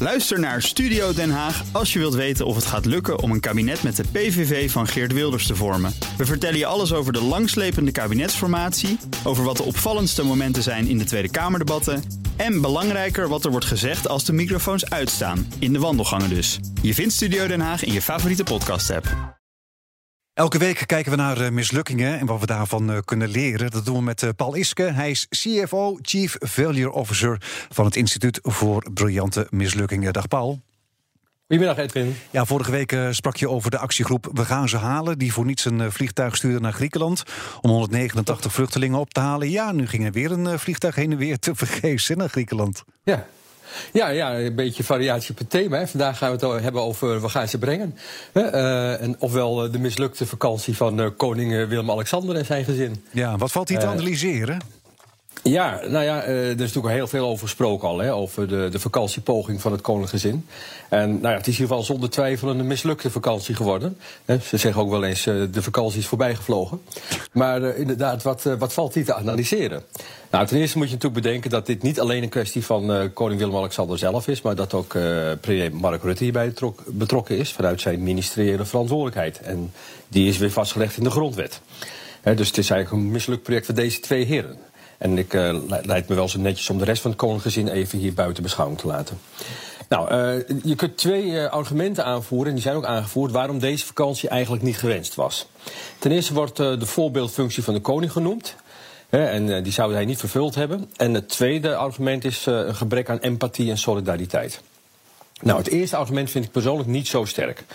Luister naar Studio Den Haag als je wilt weten of het gaat lukken om een kabinet met de PVV van Geert Wilders te vormen. We vertellen je alles over de langslepende kabinetsformatie, over wat de opvallendste momenten zijn in de Tweede Kamerdebatten en belangrijker wat er wordt gezegd als de microfoons uitstaan, in de wandelgangen dus. Je vindt Studio Den Haag in je favoriete podcast-app. Elke week kijken we naar mislukkingen en wat we daarvan kunnen leren. Dat doen we met Paul Iske. Hij is CFO, Chief Failure Officer van het Instituut voor Briljante Mislukkingen. Dag Paul. Goedemiddag Edwin. Ja, vorige week sprak je over de actiegroep We gaan ze halen, die voor niets een vliegtuig stuurde naar Griekenland om 189 vluchtelingen op te halen. Ja, nu ging er weer een vliegtuig heen en weer te vergeefs naar Griekenland. Ja, een beetje variatie op het thema. Hè. Vandaag gaan we het hebben over we gaan ze brengen. Ofwel de mislukte vakantie van koning Willem-Alexander en zijn gezin. Ja, wat valt hier te analyseren? Ja, er is natuurlijk heel veel over gesproken al, hè, over de vakantiepoging van het koninklijk gezin. En het is in ieder geval zonder twijfel een mislukte vakantie geworden. Ze zeggen ook wel eens, de vakantie is voorbij gevlogen. Maar inderdaad, wat valt hier te analyseren? Nou, ten eerste moet je natuurlijk bedenken dat dit niet alleen een kwestie van koning Willem-Alexander zelf is, maar dat ook premier Mark Rutte hierbij betrokken is vanuit zijn ministeriële verantwoordelijkheid. En die is weer vastgelegd in de grondwet. Dus het is eigenlijk een mislukt project voor deze twee heren. En ik lijkt me wel zo netjes om de rest van het koninklijk gezin even hier buiten beschouwing te laten. Nou, je kunt twee argumenten aanvoeren, en die zijn ook aangevoerd, waarom deze vakantie eigenlijk niet gewenst was. Ten eerste wordt de voorbeeldfunctie van de koning genoemd. En die zou hij niet vervuld hebben. En het tweede argument is een gebrek aan empathie en solidariteit. Nou, het eerste argument vind ik persoonlijk niet zo sterk.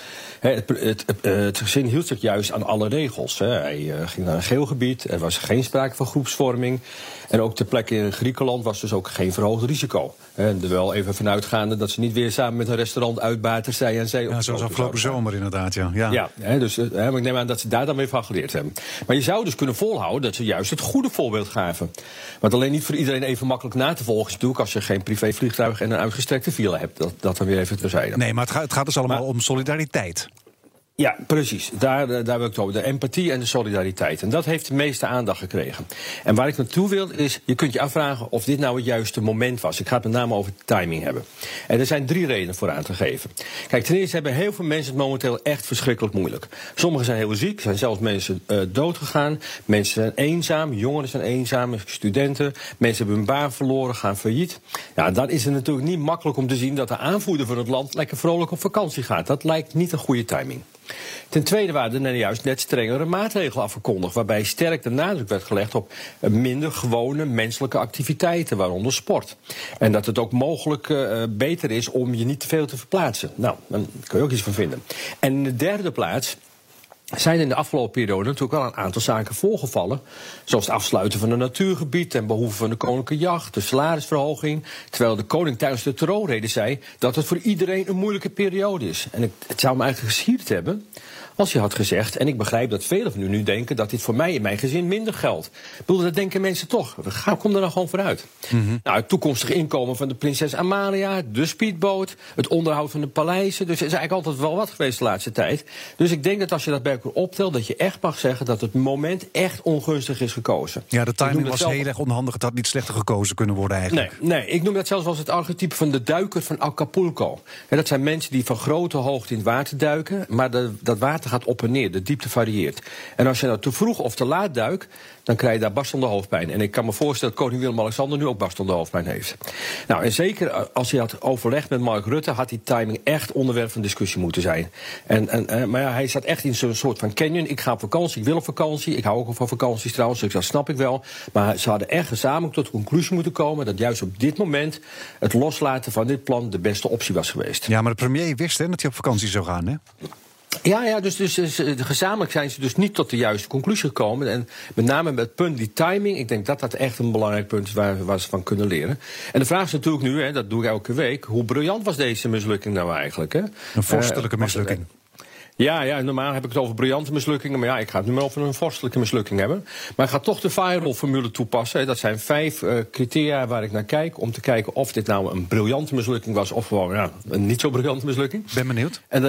Het gezin hield zich juist aan alle regels. Hij ging naar een geel gebied, er was geen sprake van groepsvorming. En ook ter plekke in Griekenland was dus ook geen verhoogd risico. Er wel even vanuitgaande dat ze niet weer samen met een restaurant uitbaten zij en zij. Ja, zoals afgelopen zomer inderdaad, ja. Dus maar ik neem aan dat ze daar dan weer van geleerd hebben. Maar je zou dus kunnen volhouden dat ze juist het goede voorbeeld gaven. Want alleen niet voor iedereen even makkelijk na te volgen is natuurlijk als je geen privévliegtuig en een uitgestrekte file hebt. Dat dan weer even terzijde. Nee, maar het gaat dus allemaal om solidariteit. Ja, precies. Daar wil ik het over. De empathie en de solidariteit. En dat heeft de meeste aandacht gekregen. En waar ik naartoe wil is, je kunt je afvragen of dit nou het juiste moment was. Ik ga het met name over de timing hebben. En er zijn 3 redenen voor aan te geven. Kijk, ten eerste hebben heel veel mensen het momenteel echt verschrikkelijk moeilijk. Sommigen zijn heel ziek, zijn zelfs mensen doodgegaan. Mensen zijn eenzaam, jongeren zijn eenzaam, studenten. Mensen hebben hun baan verloren, gaan failliet. Ja, dan is het natuurlijk niet makkelijk om te zien dat de aanvoerder van het land lekker vrolijk op vakantie gaat. Dat lijkt niet een goede timing. Ten tweede waren er juist net strengere maatregelen afgekondigd, waarbij sterk de nadruk werd gelegd op minder gewone menselijke activiteiten, waaronder sport. En dat het ook mogelijk beter is om je niet te veel te verplaatsen. Nou, daar kun je ook iets van vinden. En in de derde plaats zijn in de afgelopen periode natuurlijk wel een aantal zaken voorgevallen. Zoals het afsluiten van een natuurgebied ten behoeve van de koninklijke jacht, de salarisverhoging. Terwijl de koning tijdens de troonrede zei dat het voor iedereen een moeilijke periode is. En het zou me eigenlijk geschierd hebben als hij had gezegd, en ik begrijp dat velen van u nu denken dat dit voor mij en mijn gezin minder geldt. Ik bedoel, dat denken mensen toch. Kom er nou gewoon vooruit. Mm-hmm. Nou, het toekomstige inkomen van de prinses Amalia, de speedboot, het onderhoud van de paleizen. Dus er is eigenlijk altijd wel wat geweest de laatste tijd. Dus ik denk dat als je dat bij elkaar optelt, dat je echt mag zeggen dat het moment echt ongunstig is gekozen. Ja, de timing was heel erg onhandig. Het had niet slechter gekozen kunnen worden eigenlijk. Nee, ik noem dat zelfs als het archetype van de duiker van Acapulco. Dat zijn mensen die van grote hoogte in het water duiken, maar dat water gaat op en neer, de diepte varieert. En als je nou te vroeg of te laat duikt, dan krijg je daar barstende hoofdpijn. En ik kan me voorstellen dat koning Willem-Alexander nu ook barstende hoofdpijn heeft. Nou, en zeker als hij had overlegd met Mark Rutte, had die timing echt onderwerp van discussie moeten zijn. Maar ja, hij zat echt in zo'n soort van canyon. Ik ga op vakantie, ik wil op vakantie. Ik hou ook van vakanties trouwens, dus dat snap ik wel. Maar ze hadden echt gezamenlijk tot de conclusie moeten komen dat juist op dit moment het loslaten van dit plan de beste optie was geweest. Ja, maar de premier wist dat hij op vakantie zou gaan, hè? Ja, dus gezamenlijk zijn ze dus niet tot de juiste conclusie gekomen. En met name met het punt die timing, ik denk dat dat echt een belangrijk punt is waar ze van kunnen leren. En de vraag is natuurlijk nu, dat doe ik elke week, hoe briljant was deze mislukking nou eigenlijk? Hè? Een vorstelijke mislukking. Ja, normaal heb ik het over briljante mislukkingen. Maar ja, ik ga het nu maar over een vorstelijke mislukking hebben. Maar ik ga toch de viral-formule toepassen. Dat zijn 5 criteria waar ik naar kijk. Om te kijken of dit nou een briljante mislukking was of gewoon een niet zo briljante mislukking. Ben benieuwd. En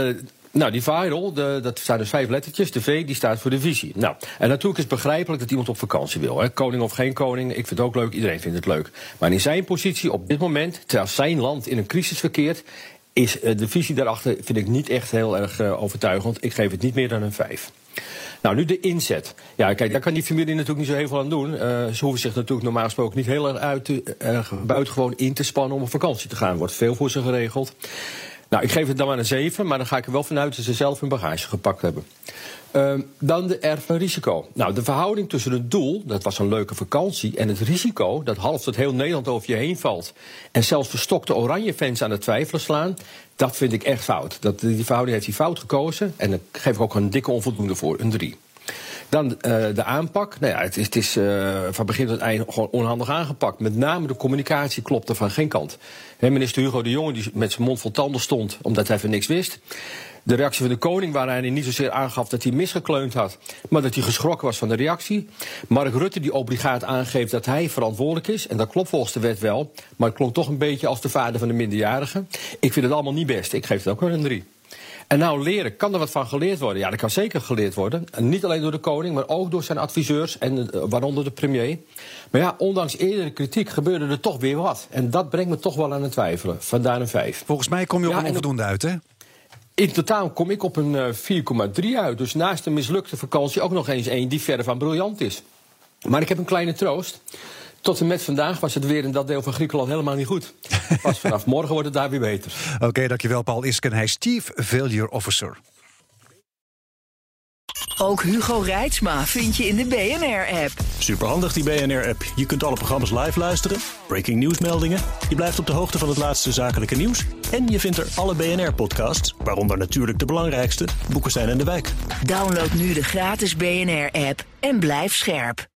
Nou, die viral, dat zijn dus 5 lettertjes. De V die staat voor de visie. Nou, en natuurlijk is het begrijpelijk dat iemand op vakantie wil. Hè. Koning of geen koning, ik vind het ook leuk, iedereen vindt het leuk. Maar in zijn positie op dit moment, terwijl zijn land in een crisis verkeert, is de visie daarachter, vind ik niet echt heel erg overtuigend. Ik geef het niet meer dan een 5. Nou, nu de inzet. Ja, kijk, daar kan die familie natuurlijk niet zo heel veel aan doen. Ze hoeven zich natuurlijk normaal gesproken niet heel erg buitengewoon in te spannen om op vakantie te gaan. Er wordt veel voor ze geregeld. Nou, ik geef het dan maar een 7, maar dan ga ik er wel vanuit dat ze zelf hun bagage gepakt hebben. Dan de R van risico. Nou, de verhouding tussen het doel, dat was een leuke vakantie, en het risico, dat half tot heel Nederland over je heen valt, en zelfs verstokte Oranje-fans aan het twijfelen slaan, dat vind ik echt fout. Die verhouding heeft hij fout gekozen, en daar geef ik ook een dikke onvoldoende voor, een 3. Dan de aanpak. Nou ja, het is van begin tot eind gewoon onhandig aangepakt. Met name de communicatie klopte van geen kant. Minister Hugo de Jonge die met zijn mond vol tanden stond omdat hij van niks wist. De reactie van de koning, waar hij niet zozeer aangaf dat hij misgekleund had, maar dat hij geschrokken was van de reactie. Mark Rutte die obligaat aangeeft dat hij verantwoordelijk is. En dat klopt volgens de wet wel. Maar het klonk toch een beetje als de vader van de minderjarige. Ik vind het allemaal niet best. Ik geef het ook wel een 3. En nou leren, kan er wat van geleerd worden? Ja, dat kan zeker geleerd worden. En niet alleen door de koning, maar ook door zijn adviseurs, en waaronder de premier. Maar ja, ondanks eerdere kritiek gebeurde er toch weer wat. En dat brengt me toch wel aan het twijfelen. Vandaar een 5. Volgens mij kom je op een onvoldoende uit, hè? In totaal kom ik op een 4,3 uit. Dus naast een mislukte vakantie ook nog eens één die verre van briljant is. Maar ik heb een kleine troost. Tot en met vandaag was het weer in dat deel van Griekenland helemaal niet goed. Pas vanaf morgen wordt het daar weer beter. Oké, dankjewel Paul Isken. Hij is Chief Failure Officer. Ook Hugo Reitsma vind je in de BNR-app. Superhandig die BNR-app. Je kunt alle programma's live luisteren, breaking nieuwsmeldingen. Je blijft op de hoogte van het laatste zakelijke nieuws. En je vindt er alle BNR-podcasts, waaronder natuurlijk de belangrijkste, Boeken zijn in de wijk. Download nu de gratis BNR-app en blijf scherp.